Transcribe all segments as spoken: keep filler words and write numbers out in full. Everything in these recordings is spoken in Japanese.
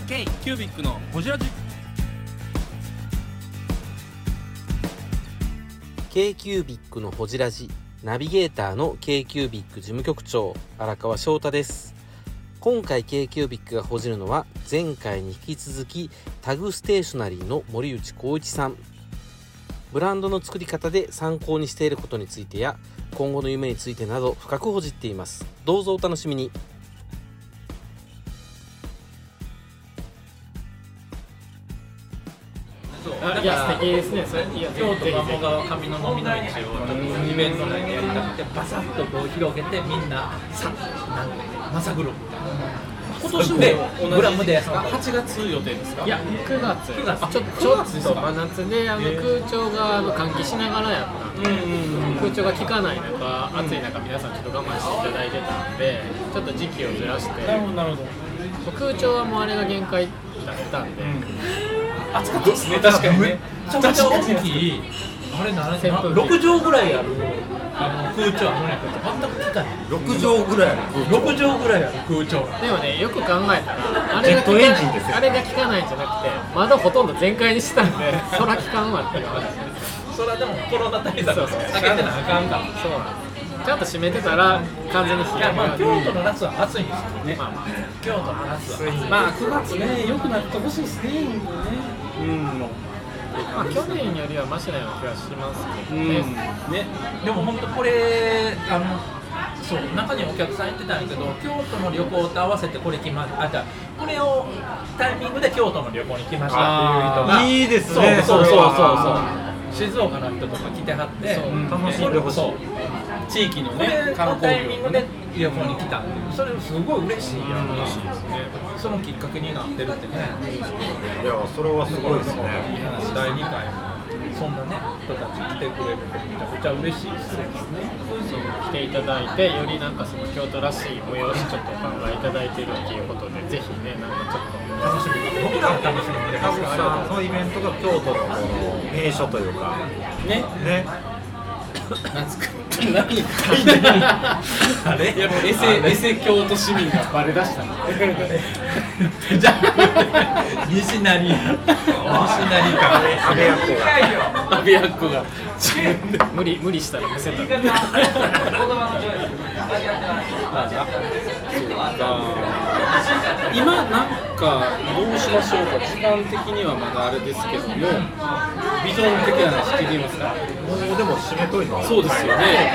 K キュービックのホジラジ K キュービックのホジラジナビゲーターの K キュービック事務局長荒川翔太です。今回 K キュービックがほじるのは前回に引き続きタグステーショナリーの森内浩一さん。ブランドの作り方で参考にしていることについてや今後の夢についてなど深くほじっています。どうぞお楽しみに。 いや素敵ですね。それいや京都鴨川上の飲みの市をちょっとイベント内でやりたくてバサッとこう広げてみんなさなんかマサグロ今年も同じグラムではちがつ予定ですか？ いやくがつくがつちょちょっと真夏であの空調があの換気しながらやったんで、うんうん、空調が効かない中、暑い中皆さんちょっと我慢していただいてたんでちょっと時期をずらして、 なるほどなるほど。 空調はもうあれが限界だったんで、うん暑かったですね。確かにね。 めちゃめちゃ大きいあれ何ろくじょうぐらいあるあの空調あるんやけど全く効かない。 ろくじょうぐらいあるろくじょうぐらいある空調。 でもねよく考えたらあれが効かないあれが効かないんじゃなくて窓ほとんど全開にしてたんでそら効かんわっていう話。 それはでもコロナ対策を避けてなあかんから。 そうなんです。ちゃんと閉めてたら完全に冷やまあ京都の夏は暑いんですよね。まあまあ京都の夏は暑い。 まあくがつね良くなってほしいですね。うん。 まあ去年よりはマシなような気がしますけどね。 うん、ね。 でも本当これあのそう中にお客さん言ってたんやけど京都の旅行と合わせてこれ来まあじゃこれをタイミングで京都の旅行に来ましたっていう人がいいですね。 そうそうそうそうそう静岡の人とか来てはって楽しんでほしい。 地域のこれね観のタイ光業ミングで旅行に来たんでそれすごい嬉しいやん。 嬉しいですね。 そのきっかけになってるってね。 いやそれはすごいですね。 いい話だいにかいもそんなね人たち来てくれるってめちゃくちゃ嬉しいですね。 そう来ていただいてよりなんかその京都らしい催しちょっとお考えいただいてるっていうことでぜひねなんかちょっと楽しみです。僕らも楽しみでタグさんのイベントが京都のこの名所というかね。 ね。 何ですか？何あれ？やっぱエセエセ京都市民がバレ出したの。 じゃあ西成西成か安倍役が阿部やっこが無理無理したら見せたら今なんかどうしましょうか。時間的にはまだあれですけどもビジョン的な話聞いていますか？ もうでも締めといた。 そうですよね。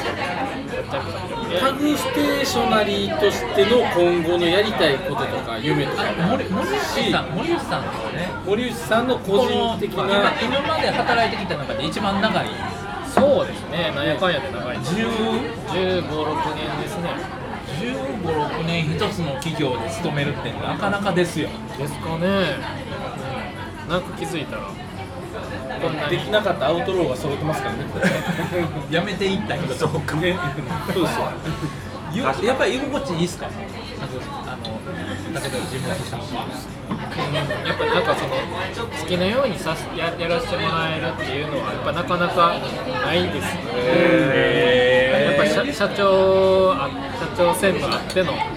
タグステーショナリーとしての今後のやりたいこととか夢とか森森内さん森内さんですね。 森内さんの個人的な今まで働いてきた中で一番長いそうですねなんやかんやで長いじゅうじゅうご、ろくねんですね。 じゅうご、ろくねん一つの企業で勤めるってなかなかですよ。 ですかね、うん、なんか気づいたらこんなにできなかったアウトローが揃ってますからね。 やめていった人そうか。 ねそうですよ。 ゆやっぱり居心地いいっすか？あのだけど自分自身やっぱなんかその好きなようにさややらせてもらえるっていうのはやっぱなかなかないですね。やっぱり 社, 社長あ社長専務あっての武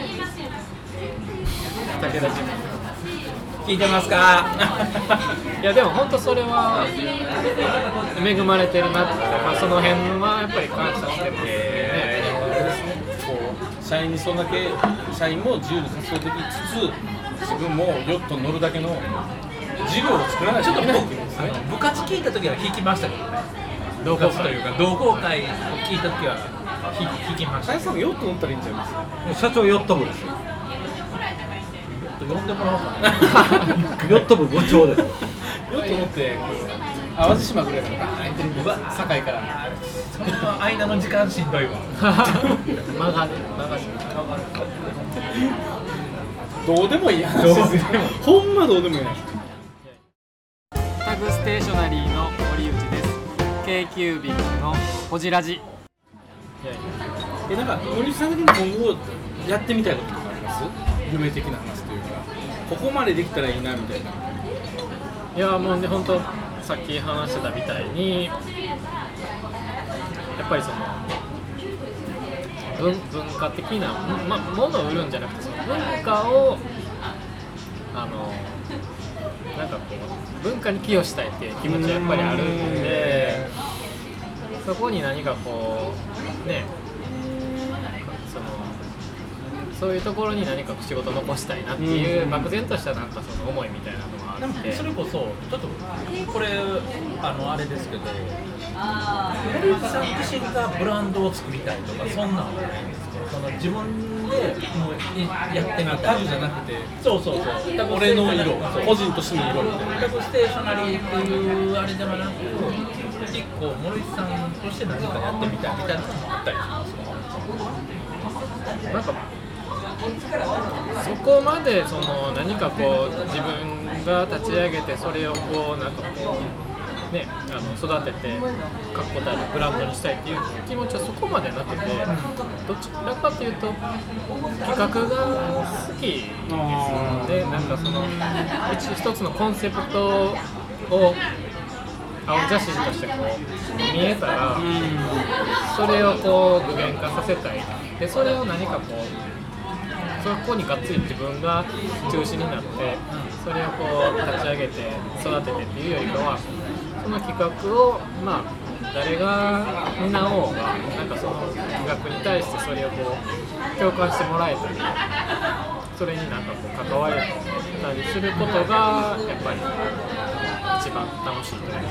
田事務聞いてますか？ いやでも本当それは恵まれてるなって、まあ、その辺はやっぱり感謝してますね。 こう社員にそんだけ社員も自由に活動できつつ自分もヨットに乗るだけの事業を作らないといけないっていうですね。 部活聞いた時は聞きましたけどね。同好会というか同好会を聞いた時は聞きました。 社員さんもヨット乗ったらいいんちゃいますか？ 社長ヨット部ですよ。 呼んでもらおうかな。 ヨット部部長ですよ。 ヨット乗って淡路島ぐらいから空いてるんで堺からその間の時間しんどいわ。 間が間がどうでもいい話ですよ。ほんまどうでもいい話。 タグステーショナリーの森内です。 K キュービックのホジラジ。いやいやえなんか森さん的に今後やってみたいこととかあります？夢的な話というかここまでできたらいいなみたいな。 いやもうね本当さっき話してたみたいにやっぱりその 文, 文化的な、ま、物を売るんじゃなくてその文化をあのなんかこう文化に寄与したいっていう気持ちはやっぱりあるんで、そこに何かこうね、そのそういうところに何か仕事を残したいなっていう漠然としたなんかその思いみたいなのがあって、 それこそちょっとこれあのあれですけど、森内さん自身がブランドを作りたいとかそんなのはないんですか？その自分でもうやってみたいタグじゃなくて、 そうそうそう、 俺の色、個人としての色みたいな。 タグステーショナリーっていうあれではなく、一個森内さんとして何かやってみたいみたいなのもあったりしますか？ なんかそこまでその何かこう自分が立ち上げてそれをこうなんかこうねあの育てて確固たるブランドにしたいっていう気持ちはそこまでなくて、どちらかというと企画が好きですで、なんかその一つのコンセプトを青写真としてこう見えたら、それをこう具現化させたい。でそれを何かこうそこにがっつり自分が中心になってそれをこう立ち上げて育ててっていうよりかは、その企画をまあ誰が担おうがなんかその企画に対してそれをこう共感してもらえたり、それになんかこう関われたりすることがやっぱり一番楽しいというか、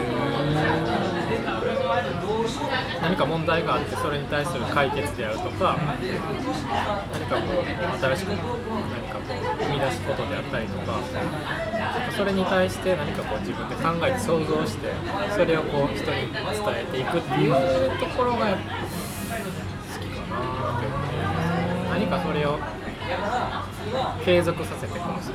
何か問題があってそれに対する解決であるとか、何かこう新しく何かこう生み出すことであったりとか、それに対して何かこう自分で考えて想像してそれをこう人に伝えていくっていうところが好きかなって思う。何かそれを継続させてこう、なんか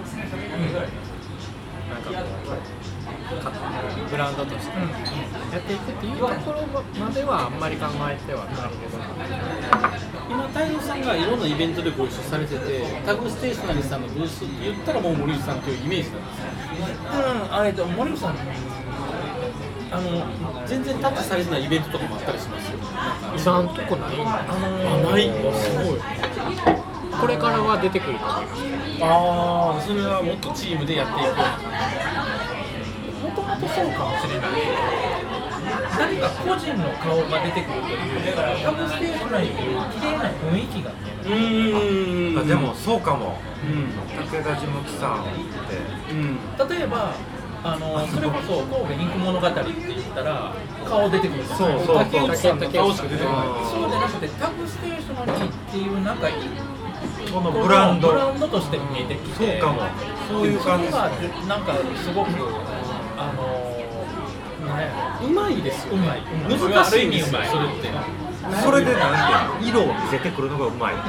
こうブランドとしてやっていくっていうところまではあんまり考えてはないけど、 今太蔵さんがいろんなイベントでご一緒されてて、タグステーショナリーさんのブースって言ったらもう森内さんというイメージなんですよ。 うん、あれと森内さんあの全然タッチされてないイベントとかもあったりしますよ。 今んとこないんだ。 あ、ない。すごい。 これからは出てくると思います。 ああ、それはもっとチームでやっていく。 もともとそうかもしれないけど、何か個人の顔が出てくるというか、タグステーショナリーという綺麗な雰囲気が見えない。 あでもそうかも、 うん、 武田事務機さんって、 うん、 例えばあのそれこそ神戸インク物語って言ったら顔出てくるじゃないですか。 竹内さんの顔しか出てこない。 そうじゃなくてタグステーショナリーっていうなんかこのブランドブランドとして見えてきて、 そうかも、そういう感じです。 それがなんかすごくあのうまいですよ、 うまい、 難しいんですよ、それって。 それでなんで色を見せてくるのがうまい、うん、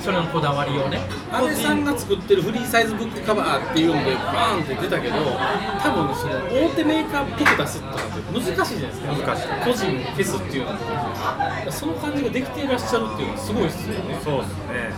それのこだわりをね。 安倍さんが作ってるフリーサイズブックカバーっていうのでバーンって出たけど、多分その大手メーカーっぽく出すとかって難しいじゃないですか。 難しい。 個人消すっていうのはその感じができていらっしゃるっていうのはすごいですよね。 そうですね。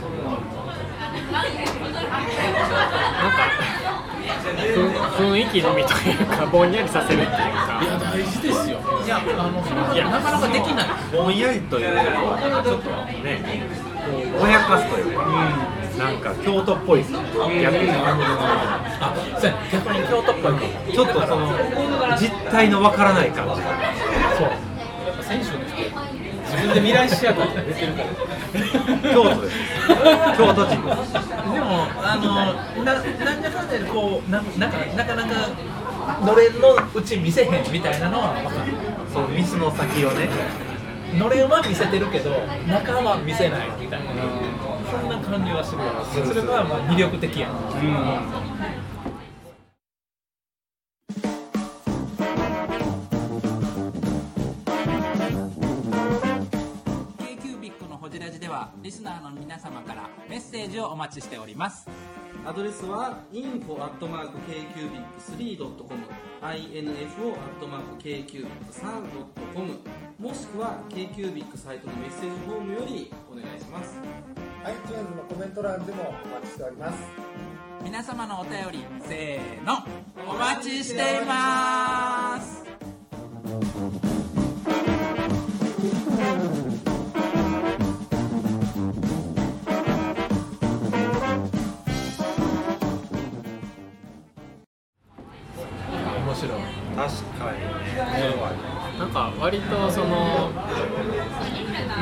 なんか雰囲気のみというかぼんやりさせるっていうか、 いや大事ですよ。 いやあのそれはいやなかなかできない。 ぼんやりというかちょっとね、ぼやかすというか、うん、なんか京都っぽいですね。逆に、 あ、そうや逆に京都っぽいかも。 ちょっとその実態のわからない感じ。そう。 やっぱ選手の人自分で未来シアターで出てるから。 京都です。京都人です。 でもあのななんだかんだでこうななんかなかなかのれんのうち見せへんみたいなのは分かる。 そうミスの先をね。 のれんは見せてるけど中は見せないみたいな、そんな感じはする。それはまあ魅力的やな。うん。リスナーの皆様からメッセージをお待ちしております。 アドレスは インフォ アットマーク ケーキュービックスリー ドットコム インフォ アットマーク ケーキュービックスリー ドットコム もしくは KQBIC サイトのメッセージフォームよりお願いします。 iTunes のコメント欄でもお待ちしております。 皆様のお便りせーのお待ちしています。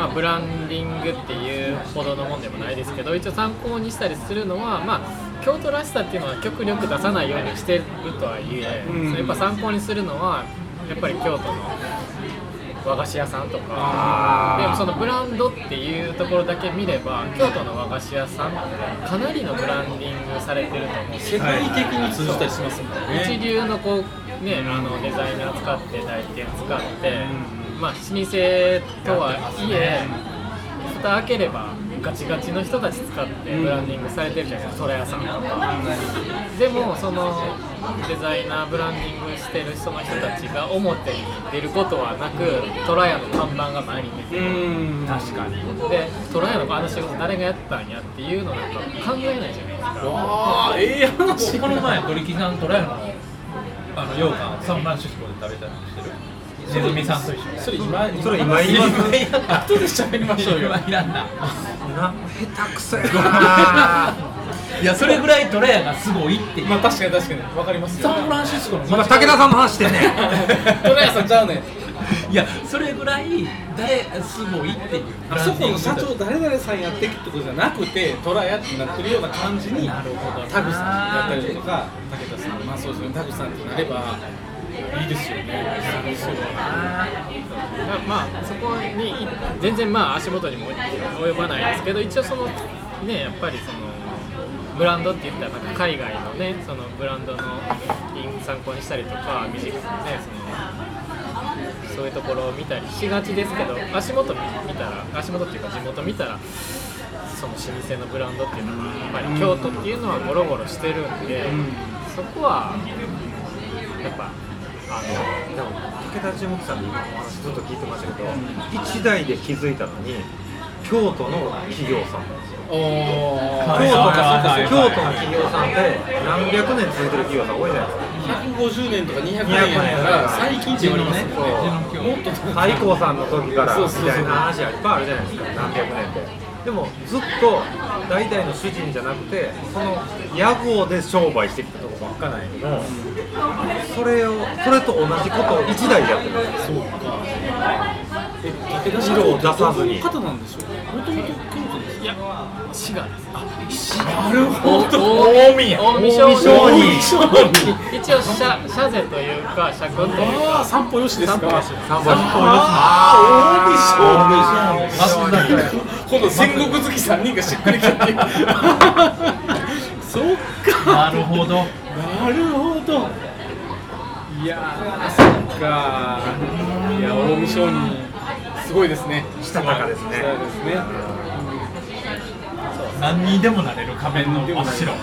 まあ、ブランディングっていうほどのもんでもないですけど、一応参考にしたりするのは、まあ、京都らしさっていうのは極力出さないようにしてるとはいえ、うん、やっぱ参考にするのはやっぱり京都の和菓子屋さんとかでもそのブランドっていうところだけ見れば京都の和菓子屋さんってかなりのブランディングされてると思う。 世界的に通じたりしますもんね。 一流のこう、ね、あのデザイナー使って代理店使って、うん、まあ老舗とはいえ蓋開ければガチガチの人たち使ってブランディングされてるじゃないですか、虎屋さんとか。でもそのデザイナーブランディングしてるその人たちが表に出ることはなく虎屋の看板が前に出てる。確かに。で虎屋のあの仕事誰がやったんやっていうのなんか考えないじゃないですか。 わー、ええー、話。 この前鳥木さん虎屋のあの羊羹サンフランシスコで食べたりしてる。ネズミさんと一緒に。 それ今それ今言います後で喋りましょうよ。 今いらんな。 な下手くそやな。 いやそれぐらいトラヤがすごいっていう。 まあ確かに確かにわかりますよ。 サンフランシスコの今武田さんの話してんねん。 トラヤさんちゃうねん。 いやそれぐらい誰すごいっていう。 あそこの社長誰々さんやってきってことじゃなくてトラヤってなってるような感じに。 なるほど。 タグさんやったりとか武田さん、まあそうですよね、タグさんってなればいいですよね。そうまあそこに全然まあ足元にも及ばないですけど、一応そのねやっぱりそのブランドって言ったらなんか海外のねそのブランドの参考にしたりとか短くねそのそういうところを見たりしがちですけど、足元見たら足元っていうか地元見たらその老舗のブランドっていうのはやっぱり京都っていうのはゴロゴロしてるんで、うん、そこはやっぱあのでも武田事務所さんの今お話ずっと聞いてましたけど、一代で気づいたのに京都の企業さんなんですよ。京都が京都の企業さんで何百年続いてる企業さん多いじゃないですか。 ひゃくごじゅうねんとかにひゃくねんやったら最近って言われますよね。もっと太閤さんの時からみたいな話がいっぱいあるじゃないですか。何百年って。でもずっと代々の主人じゃなくてその屋号で商売してきたとこばっかないけど、それをそれと同じことを一代でやってるんですよ。そうか。 え、武田社長を出さずに。どの方なんでしょう。もともと京都です。 いや、滋賀です。あ、 滋賀。なるほど。 近江や。近江商人。一応社社税というか社訓というか。 散歩よしですか。散歩よし。 散歩よし。 ああ、近江商人。今度戦国好きさんにんがしっくりきてそっかなるほどなるほどいやーそっかいや近江商人すごいですねしたたかですねしたたかですね何にでもなれる仮面の真っ白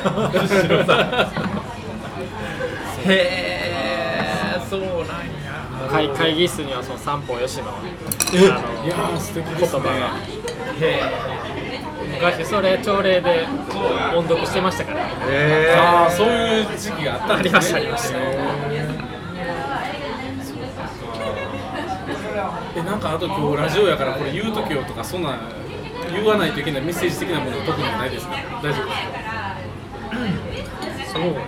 へえそうなんや会, 会議室にはその三方よしのえあのいや素敵ですね言葉が昔それ朝礼で音読してましたから、 えー、ああそういう時期があったんですね。 ありましたありました。 えなんかあと今日ラジオやからこれ言うときよとかそんな言わないといけないメッセージ的なものは特にないですか。大丈夫ですか。 そうですよ。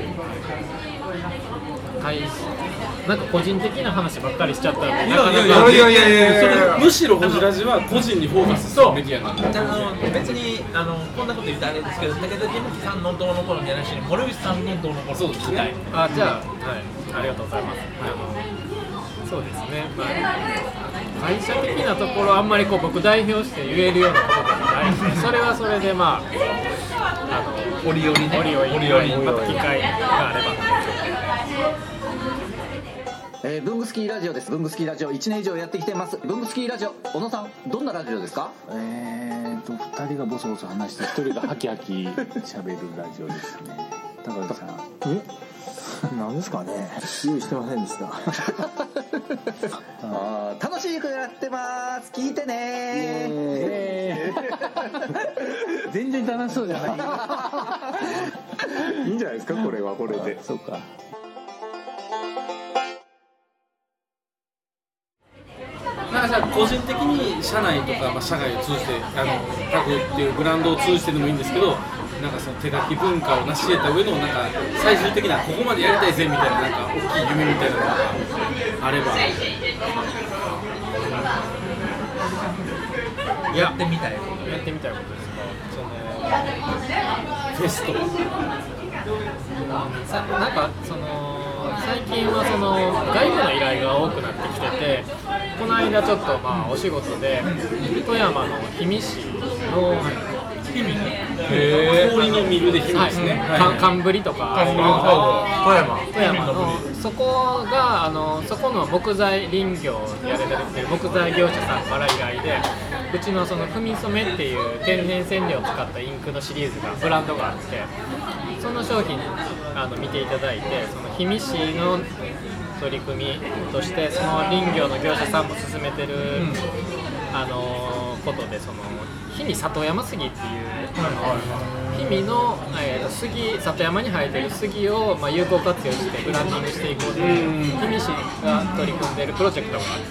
はいなんか個人的な話ばっかりしちゃったらいやいやいやいやいやいやそれむしろホジラジは個人にフォーカスするメディアなんであの別にあのこんなこと言ったらあれですけど武田事務所さんのどうのこうのじゃなしに森口さんのどうのこうの聞きたい。 あじゃあはいありがとうございます。あのそうですね、まあ、会社的なところあんまりこう僕代表して言えるようなことでもないのでそれはそれでまああの折々ね折々折々また機会があれば。 えー、ブングスキーラジオです。ブングスキーラジオいちねん以上やってきてます。ブングスキーラジオ小野さんどんなラジオですか。 えーとふたりがボソボソ話してひとりがハキハキ喋るラジオですね。高木さんえなんですかね用意してませんでしたあ楽しくやってます聞いてね全然楽しそうじゃないいいんじゃないですかこれはこれで。そうかなんか個人的に社内とか、まあ、社外を通じてあのタグっていうブランドを通じてでもいいんですけどなんかその手書き文化を成し得た上のなんか最終的なここまでやりたいぜみたいななんか大きい夢みたいなのがあればやってみたいことやってみたいことですか。そのフェスとかさなんかその最近はその外部の依頼が多くなってきてて、この間ちょっとまあお仕事で富山の氷見市の氷見氷のミルで氷見ですね、 はい、寒ぶりとか富山富山のそこがあのそこの木材林業をやれてる木材業者さんから依頼で、うちのその踏み染めっていう天然染料を使ったインクのシリーズがブランドがあって、その商品あの見ていただいて、その氷見市の取り組みとしてその林業の業者さんも進めてる、うん、あのことで、その氷見里山杉っていう、氷見の、えー、杉里山に生えてる杉を、まあ、有効活用してブランディングしていこうという氷見市が取り組んでいるプロジェクトがあって、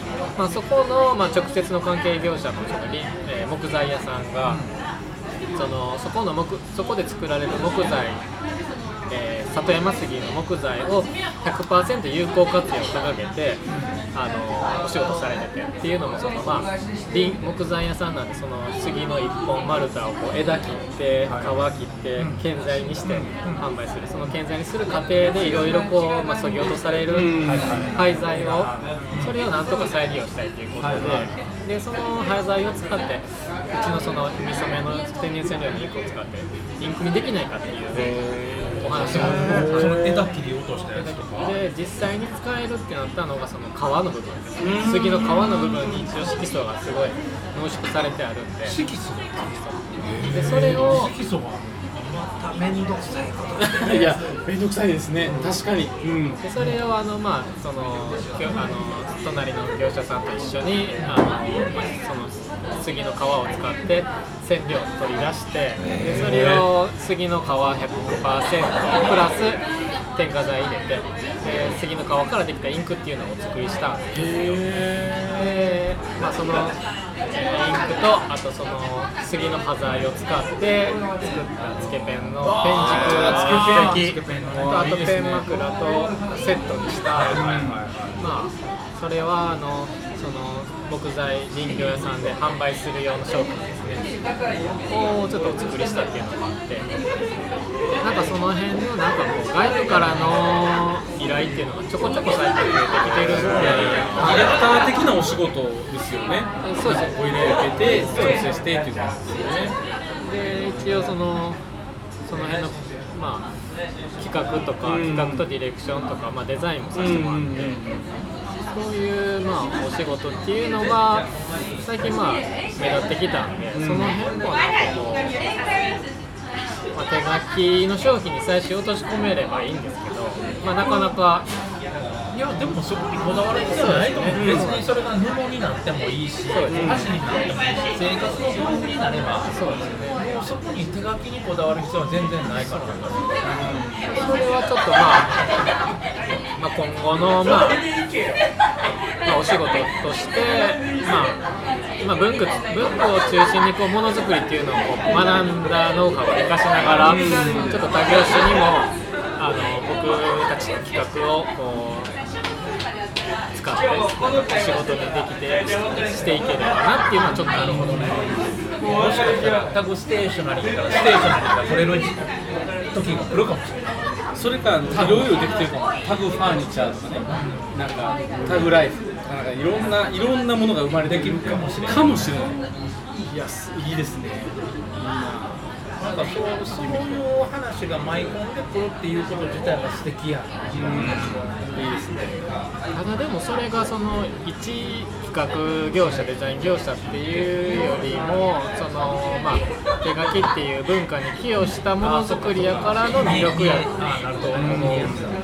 まあ、そこの、まあ、直接の関係業者の、その、えー、木材屋さんがそのそこの木そこで作られる木材、えー、里山杉の木材を ひゃくパーセント 有効活用を掲げて、あのお仕事されてて、っていうのもその、まあ、木材屋さんなんで、その杉のいっぽん丸太をこう枝切って皮切って建材にして販売する、その建材にする過程でいろいろこう、まあ、削ぎ落とされる廃材をそれをなんとか再利用したいということで、でその廃材を使ってうちのその踏み染めの天然染料のインクを使ってインクにできないかっていうお話を、 その枝切り落としたやつとかで実際に使えるってなったのがその皮の部分です。杉の皮の部分に一応色素がすごい濃縮されてあるんで、 色素でそれを色素がまためんどくさいこといやめんどくさいですね、確かに、うん、 でそれをあの、まあ、そのあの隣の業者さんと一緒にあの、まあ、その杉の皮を使って染料を取り出して、でそれを杉の皮 ひゃくパーセント プラス添加剤入れて、で杉の皮からできたインクっていうのをお作りしたんです。で、まあ、その、えー、インクとあとその杉の端材を使って作ったつけペンのペン軸とあとペン枕とセットにした、まあそれはあのその木材林業屋さんで販売する用の商品ですねをちょっとお作りしたっていうのがあって、なんかその辺のなんかこう外部からの依頼っていうのがちょこちょこ最近増えてきてるんで、 ディレクター的なお仕事ですよね。 そうですね。 お入れを受けて調整してっていう感じですよね。 で一応そのその辺のまあ企画とか、うん、企画とディレクションとか、まあ、デザインもさせてもらって、うん、そういう、まあ、お仕事っていうのが最近、まあ、目立ってきたんで、うん、その辺もなんかこう、まあ、手書きの商品に最初落とし込めればいいんですけど、まあ、なかなかいやでもそこにこだわる必要ないと思う、ね、別にそれが布になってもいいし、箸になってもいいし、生活の道具になれば、 そうですね、 もうそこに手書きにこだわる必要は全然ないから、 それはちょっとまあ、まあ、今後の、まあまあ、お仕事として、まあ、まあ、文具、文具を中心にこうものづくりっていうのをこう学んだノウハウを生かしながら、ちょっと他業種にもあの僕たちの企画をこう使って仕事にできてしていければなっていうのはちょっとなるほどね。 もしかしたらタグステーショナリーからステーショナリーが取れる時が来るかもしれない。 それかいろいろできてるかも。タグファーニチャーとかね、なんかタグライフとか、なんかいろんないろんなものが生まれてくるかもしれない。かもしれない。いやいいですね。 なんかそうそういう話が舞い込んでくるっていうこと自体が素敵やな、うん、いいですね。 ただでもそれがその一企画業者デザイン業者っていうよりもその、まあ、手書きっていう文化に寄与したものづくりやからの魅力やと思うんですよね。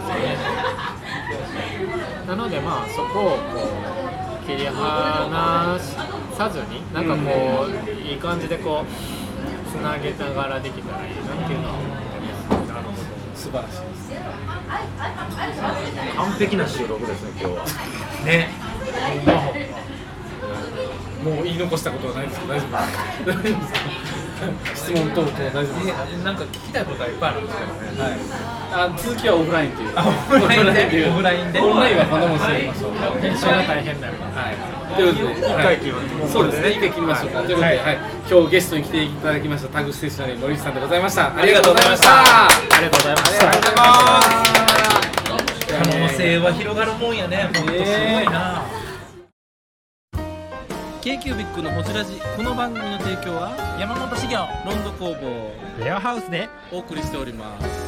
なのでまあそこをこう切り離さずになんかこういい感じでこうつなげながらできたらいいなっていうのは思ってます。なるほど、 素晴らしいです。 完璧な収録ですね今日は。 ね。 もう言い残したことはないですか？大丈夫ですか？ 質問等々大丈夫ですか？ なんか聞きたいことはいっぱいあるんですけどね。 はい。あ、続きはオフラインという。 オフラインで。オフラインで。 オンラインはまだもしてみましょう。 編集が大変だよ。 はい。ということで、 一回切ります。 そうですね。一回切りましょうか。ということで、はい。今日ゲストに来ていただきましたタグステーショナリー森内さんでございました。ありがとうございました。 ありがとうございました。 ありがとうございます。 可能性は広がるもんやね。本当すごいな。 k q b i c のほじラジ、この番組の提供は山本修行ロンド工房レアハウスでお送りしております。